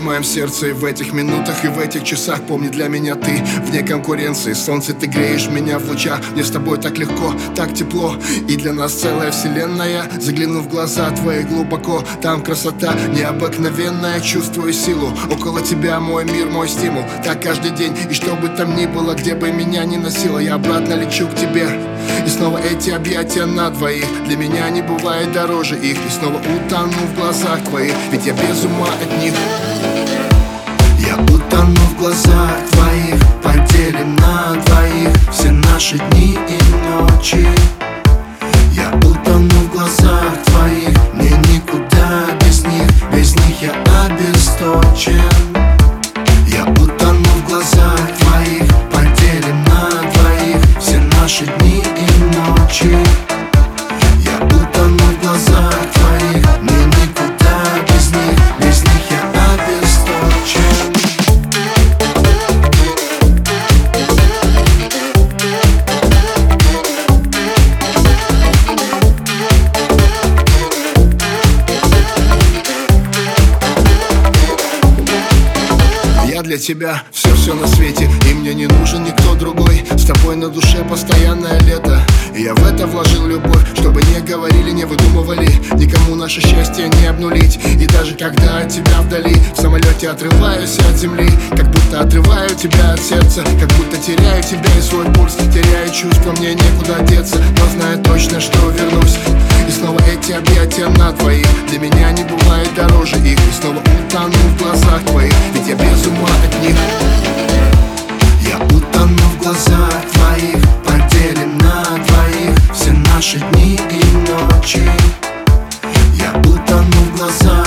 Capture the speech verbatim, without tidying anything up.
моем сердце. И в этих минутах, и в этих часах помни, для меня ты вне конкуренции. Солнце, ты греешь меня в лучах, мне с тобой так легко, так тепло. И для нас целая вселенная. Загляну в глаза твои глубоко, там красота необыкновенная. Чувствую силу, около тебя мой мир, мой стимул. Так каждый день, и что бы там ни было, где бы меня ни носило, я обратно лечу к тебе. И снова эти объятия на двоих, для меня не бывает дороже их. И снова утону в глазах твоих, ведь я без ума от них. Я утону в глазах твоих, поделим на двоих все наши дни и ночи. Я утону в глазах твоих, мне никуда без них, без них я обесточен. Я утону в глазах твоих, поделим на двоих все наши дни и ночи. Я утону в глазах твоих, мне никуда без них, без них я обесточен. Я для тебя все-все на свете, и мне не нужен никто другой. С тобой на душе постоянное лето, и я в это вложил любовь. Чтобы не говорили, не выдумывали, никому наше счастье не обнулить. И даже когда от тебя вдали, в самолете отрываюсь от земли, как будто отрываю тебя от сердца, как будто теряю тебя и свой пульс. Теряю чувства, мне некуда деться, но знаю точно, что вернусь. И снова эти объятия на двоих, для меня не бывает дороже их. И снова утону в глазах твоих, ведь я без ума от них. Я утону в глазах твоих, поделим на двоих все наши дни и ночи. Я утону в глазах